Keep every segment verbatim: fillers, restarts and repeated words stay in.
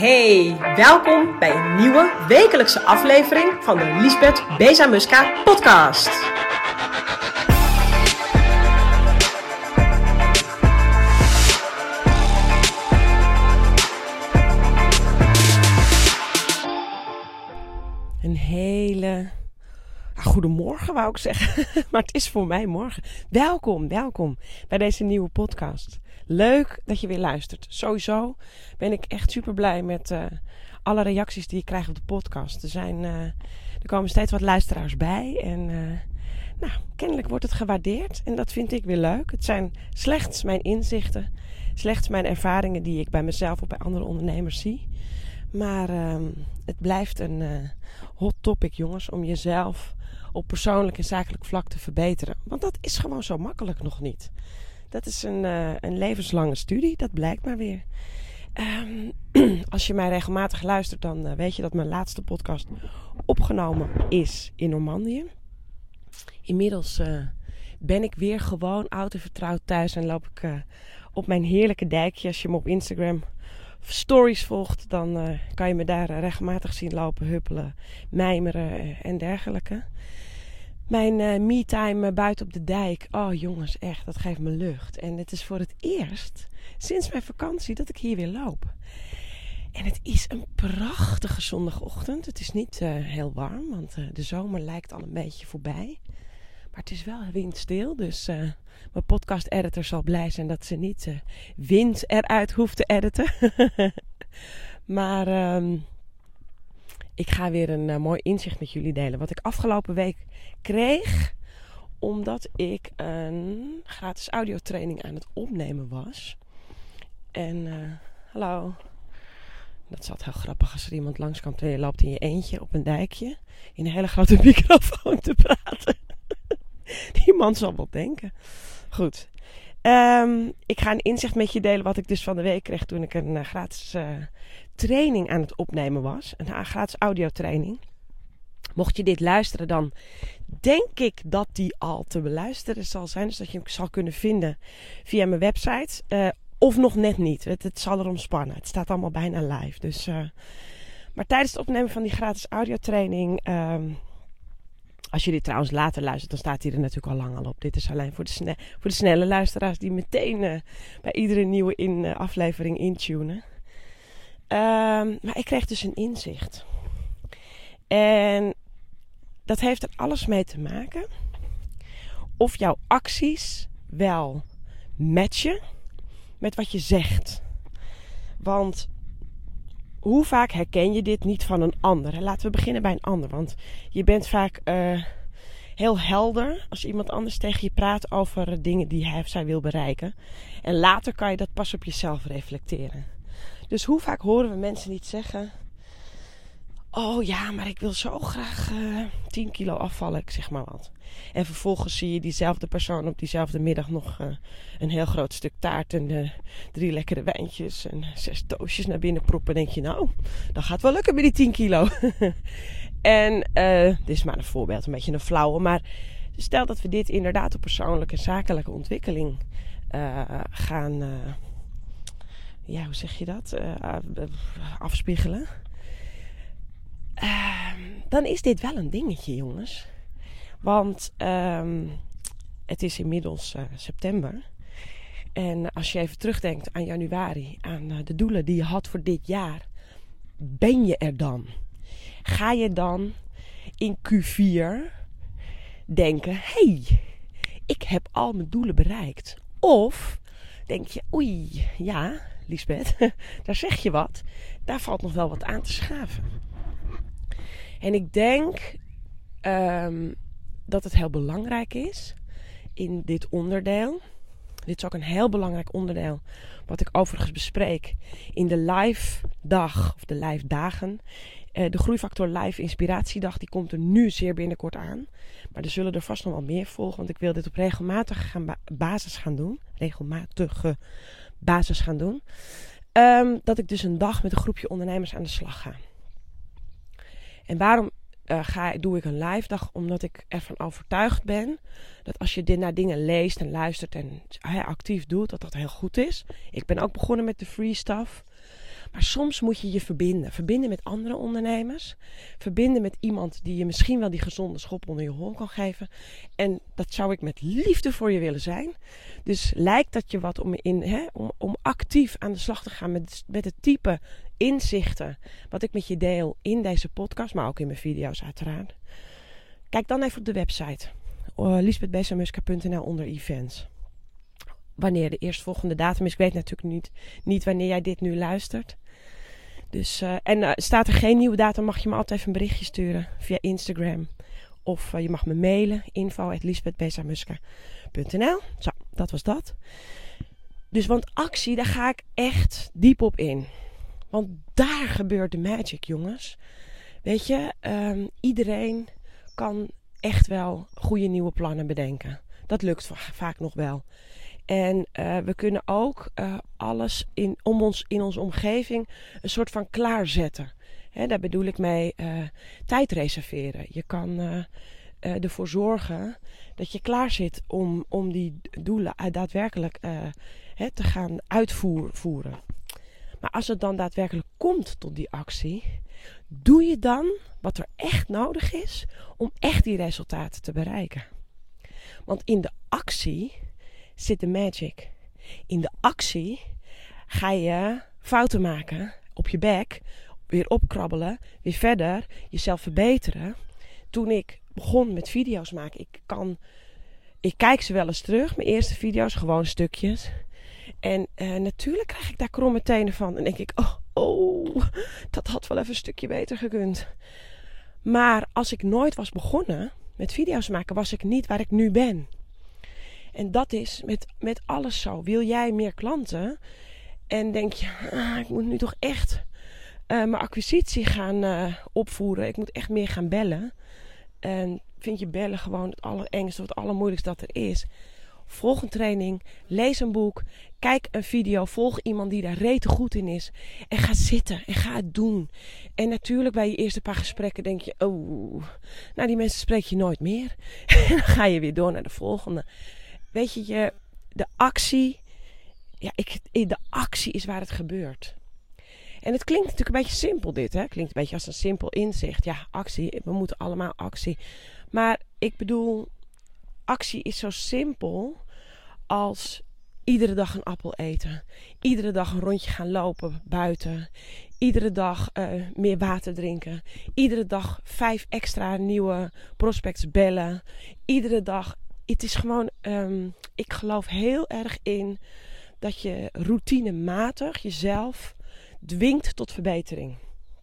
Hey, welkom bij een nieuwe wekelijkse aflevering van de Liesbeth Bezamuska podcast. Een hele ah, goedemorgen wou ik zeggen, maar het is voor mij morgen. Welkom, welkom bij deze nieuwe podcast. Leuk dat je weer luistert. Sowieso ben ik echt super blij met uh, alle reacties die ik krijg op de podcast. Er, zijn, uh, er komen steeds wat luisteraars bij en uh, nou, kennelijk wordt het gewaardeerd en dat vind ik weer leuk. Het zijn slechts mijn inzichten, slechts mijn ervaringen die ik bij mezelf of bij andere ondernemers zie. Maar uh, het blijft een uh, hot topic, jongens, om jezelf op persoonlijk en zakelijk vlak te verbeteren. Want dat is gewoon zo makkelijk nog niet. Dat is een, uh, een levenslange studie, dat blijkt maar weer. Um, als je mij regelmatig luistert, dan uh, weet je dat mijn laatste podcast opgenomen is in Normandië. Inmiddels uh, ben ik weer gewoon oud en vertrouwd thuis en loop ik uh, op mijn heerlijke dijkje. Als je me op Instagram stories volgt, dan uh, kan je me daar uh, regelmatig zien lopen, huppelen, mijmeren uh, en dergelijke. Mijn uh, me-time uh, buiten op de dijk. Oh jongens, echt, dat geeft me lucht. En het is voor het eerst sinds mijn vakantie dat ik hier weer loop. En het is een prachtige zondagochtend. Het is niet uh, heel warm, want uh, de zomer lijkt al een beetje voorbij. Maar het is wel windstil, dus uh, mijn podcast-editor zal blij zijn dat ze niet uh, wind eruit hoeft te editen. maar um, ik ga weer een uh, mooi inzicht met jullie delen. Wat ik afgelopen week kreeg, omdat ik een gratis audiotraining aan het opnemen was. En uh, hallo, dat zat heel grappig als er iemand langskomt en je loopt in je eentje op een dijkje in een hele grote microfoon te praten. Die man zal wel denken. Goed. Um, ik ga een inzicht met je delen wat ik dus van de week kreeg toen ik een uh, gratis uh, training aan het opnemen was. Een uh, gratis audiotraining. Mocht je dit luisteren, dan denk ik dat die al te beluisteren zal zijn. Dus dat je hem zal kunnen vinden via mijn website. Uh, of nog net niet. Het, het zal erom spannen. Het staat allemaal bijna live. Dus, uh, maar tijdens het opnemen van die gratis audiotraining... Uh, Als je dit trouwens later luistert, dan staat hij er natuurlijk al lang al op. Dit is alleen voor de, sne- voor de snelle luisteraars die meteen uh, bij iedere nieuwe in, uh, aflevering intunen. Uh, maar ik kreeg dus een inzicht. En dat heeft er alles mee te maken of jouw acties wel matchen met wat je zegt. Want hoe vaak herken je dit niet van een ander? Laten we beginnen bij een ander. Want je bent vaak uh, heel helder als iemand anders tegen je praat over dingen die hij of zij wil bereiken. En later kan je dat pas op jezelf reflecteren. Dus hoe vaak horen we mensen niet zeggen: oh ja, maar ik wil zo graag uh, tien kilo afvallen, ik zeg maar wat. En vervolgens zie je diezelfde persoon op diezelfde middag nog uh, een heel groot stuk taart en uh, drie lekkere wijntjes en zes doosjes naar binnen proppen. En denk je, nou, dat gaat wel lukken met die tien kilo. en uh, dit is maar een voorbeeld, een beetje een flauwe. Maar stel dat we dit inderdaad op persoonlijke en zakelijke ontwikkeling uh, gaan, uh, ja, hoe zeg je dat, uh, afspiegelen. Uh, dan is dit wel een dingetje, jongens. Want um, het is inmiddels uh, september. En als je even terugdenkt aan januari, aan uh, de doelen die je had voor dit jaar. Ben je er dan? Ga je dan in Q vier denken: hey, ik heb al mijn doelen bereikt. Of denk je: oei, ja, Liesbeth, daar zeg je wat. Daar valt nog wel wat aan te schaven. En ik denk um, dat het heel belangrijk is in dit onderdeel. Dit is ook een heel belangrijk onderdeel wat ik overigens bespreek in de live dag of de live dagen. Uh, de Groeifactor Live Inspiratiedag, die komt er nu zeer binnenkort aan. Maar er zullen er vast nog wel meer volgen, want ik wil dit op regelmatige gaan ba- basis gaan doen. Regelmatige basis gaan doen. Um, dat ik dus een dag met een groepje ondernemers aan de slag ga. En waarom uh, ga, doe ik een live dag? Omdat ik ervan overtuigd ben dat als je dit naar dingen leest en luistert en uh, actief doet, dat dat heel goed is. Ik ben ook begonnen met de free stuff. Maar soms moet je je verbinden. Verbinden met andere ondernemers. Verbinden met iemand die je misschien wel die gezonde schop onder je hol kan geven. En dat zou ik met liefde voor je willen zijn. Dus lijkt dat je wat om, in, hè, om, om actief aan de slag te gaan met, met het type inzichten wat ik met je deel in deze podcast, maar ook in mijn video's uiteraard. Kijk dan even op de website uh, liesbeth besamuska punt n l onder events. Wanneer de eerstvolgende datum is. Ik weet natuurlijk niet, niet wanneer jij dit nu luistert. Dus, uh, en uh, staat er geen nieuwe datum, mag je me altijd even een berichtje sturen via Instagram. Of uh, je mag me mailen, info at liesbeth besamuska punt n l. Zo, dat was dat. Dus want actie, daar ga ik echt diep op in. Want daar gebeurt de magic, jongens. Weet je, um, iedereen kan echt wel goede nieuwe plannen bedenken. Dat lukt va- vaak nog wel. En uh, we kunnen ook uh, alles in, om ons, in onze omgeving een soort van klaarzetten. Hè, daar bedoel ik mee uh, tijd reserveren. Je kan uh, uh, ervoor zorgen dat je klaar zit om, om die doelen uh, daadwerkelijk uh, hè, te gaan uitvoeren. Maar als het dan daadwerkelijk komt tot die actie, doe je dan wat er echt nodig is om echt die resultaten te bereiken. Want in de actie zit de magic. In de actie ga je fouten maken, op je bek, weer opkrabbelen, weer verder, jezelf verbeteren. Toen ik begon met video's maken, ik kan, ik kijk ze wel eens terug, mijn eerste video's, gewoon stukjes. En uh, natuurlijk krijg ik daar kromme tenen van. En denk ik, oh, oh, dat had wel even een stukje beter gekund. Maar als ik nooit was begonnen met video's maken, was ik niet waar ik nu ben. En dat is met, met alles zo. Wil jij meer klanten? En denk je, ah, ik moet nu toch echt uh, mijn acquisitie gaan uh, opvoeren. Ik moet echt meer gaan bellen. En vind je bellen gewoon het allerengste of het allermoeilijkste dat er is? Volg een training, lees een boek, kijk een video, volg iemand die daar rete goed in is. En ga zitten en ga het doen. En natuurlijk bij je eerste paar gesprekken denk je, oh, nou die mensen spreek je nooit meer. En dan ga je weer door naar de volgende. Weet je, je de actie, ja, ik, de actie is waar het gebeurt. En het klinkt natuurlijk een beetje simpel dit, hè? Klinkt een beetje als een simpel inzicht. Ja, actie, we moeten allemaal actie. Maar ik bedoel, actie is zo simpel als iedere dag een appel eten. Iedere dag een rondje gaan lopen buiten. Iedere dag uh, meer water drinken. Iedere dag vijf extra nieuwe prospects bellen. Iedere dag. Het is gewoon, um, ik geloof heel erg in dat je routinematig jezelf dwingt tot verbetering.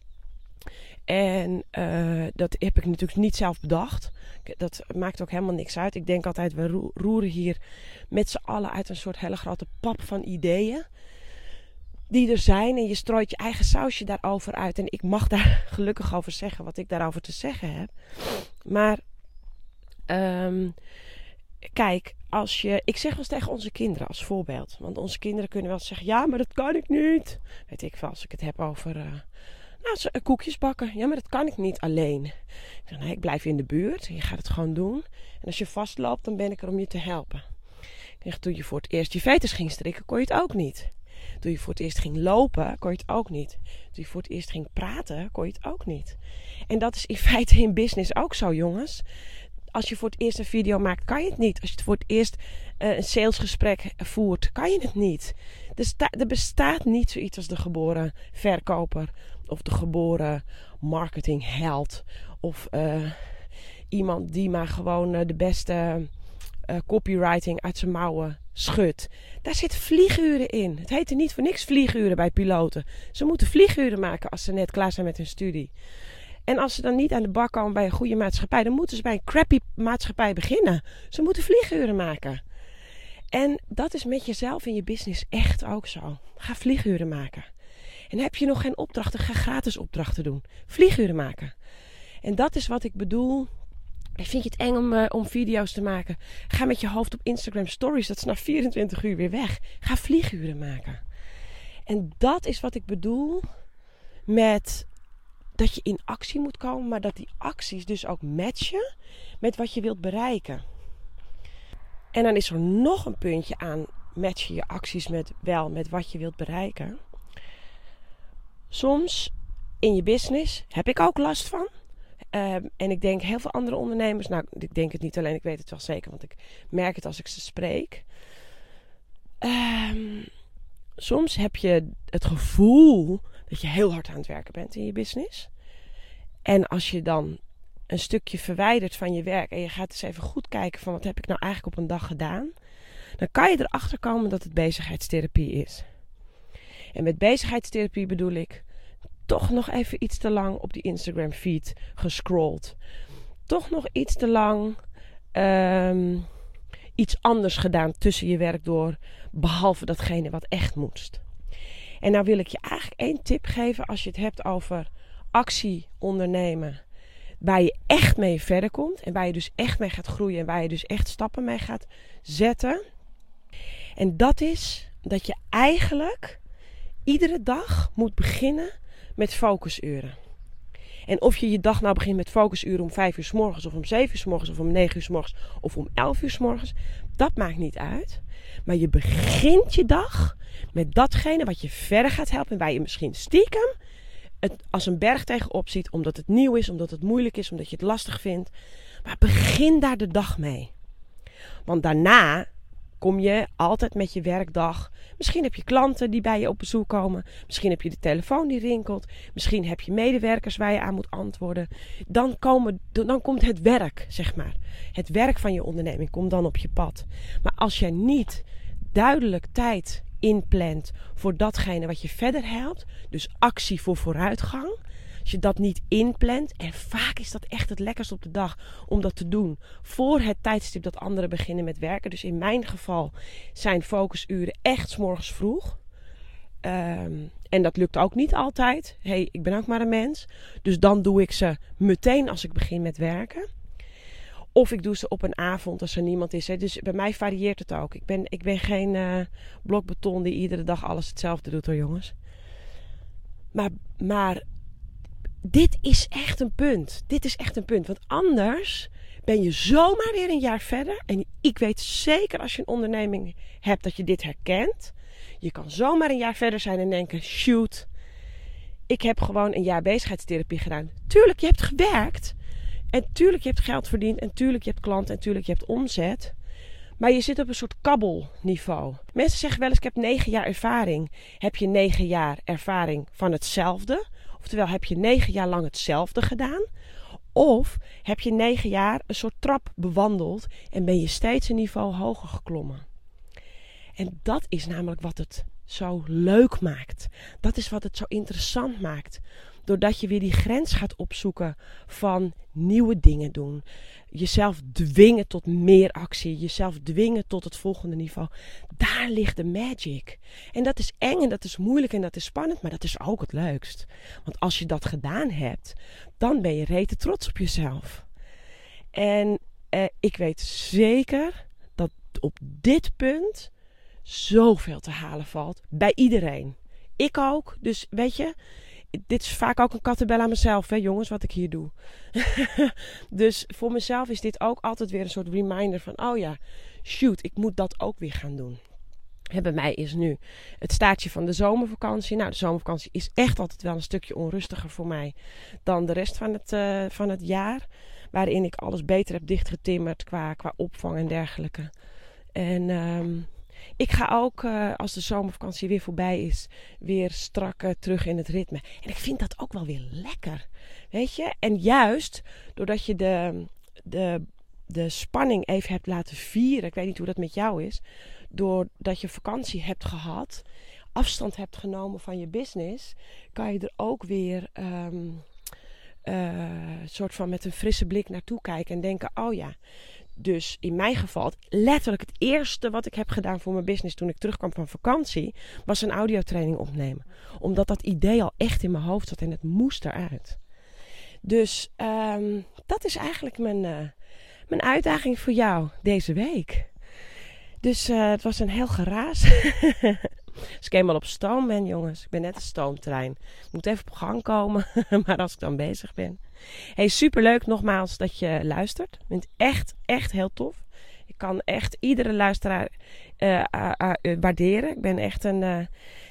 En uh, dat heb ik natuurlijk niet zelf bedacht. Dat maakt ook helemaal niks uit. Ik denk altijd, we roeren hier met z'n allen uit een soort hele grote pap van ideeën. Die er zijn. En je strooit je eigen sausje daarover uit. En ik mag daar gelukkig over zeggen wat ik daarover te zeggen heb. Maar um, kijk, als je, ik zeg wel eens tegen onze kinderen als voorbeeld. Want onze kinderen kunnen wel zeggen, ja, maar dat kan ik niet. Weet ik wel, als ik het heb over Uh, Nou, koekjes bakken. Ja, maar dat kan ik niet alleen. Ik zeg, nee, ik blijf in de buurt. Je gaat het gewoon doen. En als je vastloopt, dan ben ik er om je te helpen. Ik zeg, toen je voor het eerst je veters ging strikken, kon je het ook niet. Toen je voor het eerst ging lopen, kon je het ook niet. Toen je voor het eerst ging praten, kon je het ook niet. En dat is in feite in business ook zo, jongens. Als je voor het eerst een video maakt, kan je het niet. Als je voor het eerst uh, een salesgesprek voert, kan je het niet. Er, sta- er bestaat niet zoiets als de geboren verkoper. Of de geboren marketingheld. Of uh, iemand die maar gewoon uh, de beste uh, copywriting uit zijn mouwen schudt. Daar zit vlieguren in. Het heet er niet voor niks vlieguren bij piloten. Ze moeten vlieguren maken als ze net klaar zijn met hun studie. En als ze dan niet aan de bak komen bij een goede maatschappij, dan moeten ze bij een crappy maatschappij beginnen. Ze moeten vlieguren maken. En dat is met jezelf in je business echt ook zo. Ga vlieguren maken. En heb je nog geen opdrachten, ga gratis opdrachten doen. Vlieguren maken. En dat is wat ik bedoel. Vind je het eng om, uh, om video's te maken? Ga met je hoofd op Instagram stories. Dat is na vierentwintig uur weer weg. Ga vlieguren maken. En dat is wat ik bedoel met dat je in actie moet komen. Maar dat die acties dus ook matchen met wat je wilt bereiken. En dan is er nog een puntje aan. Matchen je acties met wel met wat je wilt bereiken. Soms in je business heb ik ook last van. Uh, en ik denk heel veel andere ondernemers, nou ik denk het niet alleen, ik weet het wel zeker, want ik merk het als ik ze spreek. Uh, soms heb je het gevoel dat je heel hard aan het werken bent in je business. En als je dan een stukje verwijdert van je werk en je gaat eens even goed kijken van wat heb ik nou eigenlijk op een dag gedaan, dan kan je erachter komen dat het bezigheidstherapie is. En met bezigheidstherapie bedoel ik toch nog even iets te lang op die Instagram feed gescrolld. Toch nog iets te lang um, iets anders gedaan tussen je werk door, behalve datgene wat echt moest. En nou wil ik je eigenlijk één tip geven als je het hebt over actie ondernemen, waar je echt mee verder komt en waar je dus echt mee gaat groeien en waar je dus echt stappen mee gaat zetten. En dat is dat je eigenlijk iedere dag moet beginnen met focusuren. En of je je dag nou begint met focusuren om vijf uur 's morgens of om zeven uur 's morgens of om negen uur 's morgens of om elf uur 's morgens, dat maakt niet uit. Maar je begint je dag met datgene wat je verder gaat helpen en waar je misschien stiekem het als een berg tegenop ziet, omdat het nieuw is, omdat het moeilijk is, omdat je het lastig vindt. Maar begin daar de dag mee. Want daarna kom je altijd met je werkdag. Misschien heb je klanten die bij je op bezoek komen. Misschien heb je de telefoon die rinkelt. Misschien heb je medewerkers waar je aan moet antwoorden. Dan, komen, dan komt het werk, zeg maar. Het werk van je onderneming komt dan op je pad. Maar als jij niet duidelijk tijd inplant voor datgene wat je verder helpt, dus actie voor vooruitgang, als je dat niet inplant, en vaak is dat echt het lekkerst op de dag om dat te doen voor het tijdstip dat anderen beginnen met werken. Dus in mijn geval zijn focusuren echt 's morgens vroeg. Um, en dat lukt ook niet altijd. Hey, ik ben ook maar een mens. Dus dan doe ik ze meteen als ik begin met werken. Of ik doe ze op een avond als er niemand is. Hè. Dus bij mij varieert het ook. Ik ben, ik ben geen uh, blok beton die iedere dag alles hetzelfde doet hoor jongens. Maar, maar dit is echt een punt. Dit is echt een punt. Want anders ben je zomaar weer een jaar verder. En ik weet zeker als je een onderneming hebt dat je dit herkent. Je kan zomaar een jaar verder zijn en denken, shoot, ik heb gewoon een jaar bezigheidstherapie gedaan. Tuurlijk, je hebt gewerkt. En tuurlijk, je hebt geld verdiend. En tuurlijk, je hebt klanten. En tuurlijk, je hebt omzet. Maar je zit op een soort kabbelniveau. Mensen zeggen wel eens, ik heb negen jaar ervaring. Heb je negen jaar ervaring van hetzelfde? Oftewel, heb je negen jaar lang hetzelfde gedaan? Of heb je negen jaar een soort trap bewandeld en ben je steeds een niveau hoger geklommen? En dat is namelijk wat het zo leuk maakt. Dat is wat het zo interessant maakt. Doordat je weer die grens gaat opzoeken van nieuwe dingen doen. Jezelf dwingen tot meer actie. Jezelf dwingen tot het volgende niveau. Daar ligt de magic. En dat is eng en dat is moeilijk en dat is spannend. Maar dat is ook het leukst. Want als je dat gedaan hebt, dan ben je rete trots op jezelf. En eh, ik weet zeker dat op dit punt zoveel te halen valt. Bij iedereen. Ik ook. Dus weet je, dit is vaak ook een kattenbel aan mezelf, hè jongens, wat ik hier doe. Dus voor mezelf is dit ook altijd weer een soort reminder van, oh ja, shoot, ik moet dat ook weer gaan doen. En bij mij is nu het staartje van de zomervakantie. Nou, de zomervakantie is echt altijd wel een stukje onrustiger voor mij dan de rest van het, uh, van het jaar. Waarin ik alles beter heb dichtgetimmerd qua, qua opvang en dergelijke. En um, ik ga ook, uh, als de zomervakantie weer voorbij is, weer strak uh, terug in het ritme. En ik vind dat ook wel weer lekker. Weet je? En juist doordat je de, de, de spanning even hebt laten vieren. Ik weet niet hoe dat met jou is. Doordat je vakantie hebt gehad, afstand hebt genomen van je business, kan je er ook weer um, uh, soort van met een frisse blik naartoe kijken en denken, oh ja. Dus in mijn geval, letterlijk het eerste wat ik heb gedaan voor mijn business toen ik terugkwam van vakantie, was een audiotraining opnemen. Omdat dat idee al echt in mijn hoofd zat en het moest eruit. Dus um, dat is eigenlijk mijn, uh, mijn uitdaging voor jou deze week. Dus uh, het was een heel geraas. Dus ik eenmaal op stoom ben, jongens. Ik ben net een stoomtrein. Ik moet even op gang komen. Maar als ik dan bezig ben. Hey, superleuk nogmaals dat je luistert. Ik vind het echt, echt heel tof. Ik kan echt iedere luisteraar uh, uh, uh, uh, waarderen. Ik ben echt een uh,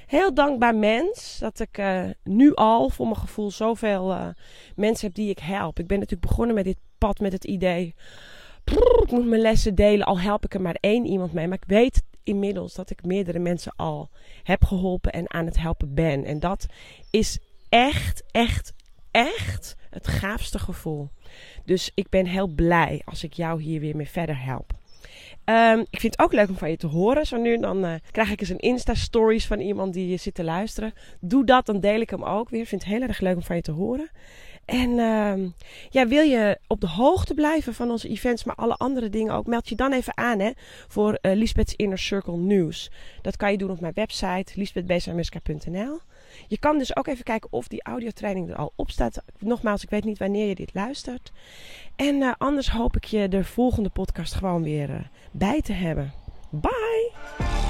heel dankbaar mens. Dat ik uh, nu al voor mijn gevoel zoveel uh, mensen heb die ik help. Ik ben natuurlijk begonnen met dit pad met het idee. Prrr, ik moet mijn lessen delen. Al help ik er maar één iemand mee. Maar ik weet inmiddels dat ik meerdere mensen al heb geholpen en aan het helpen ben. En dat is echt, echt, echt het gaafste gevoel. Dus ik ben heel blij als ik jou hier weer mee verder help. Um, ik vind het ook leuk om van je te horen. Zo nu en dan uh, krijg ik eens een Insta-stories van iemand die zit te luisteren. Doe dat, dan deel ik hem ook weer. Ik vind het heel erg leuk om van je te horen. En uh, ja, wil je op de hoogte blijven van onze events, maar alle andere dingen ook, meld je dan even aan hè, voor uh, Liesbeth's Inner Circle Nieuws. Dat kan je doen op mijn website, liesbeth bezamuska punt n l. Je kan dus ook even kijken of die audiotraining er al op staat. Nogmaals, ik weet niet wanneer je dit luistert. En uh, anders hoop ik je de volgende podcast gewoon weer uh, bij te hebben. Bye!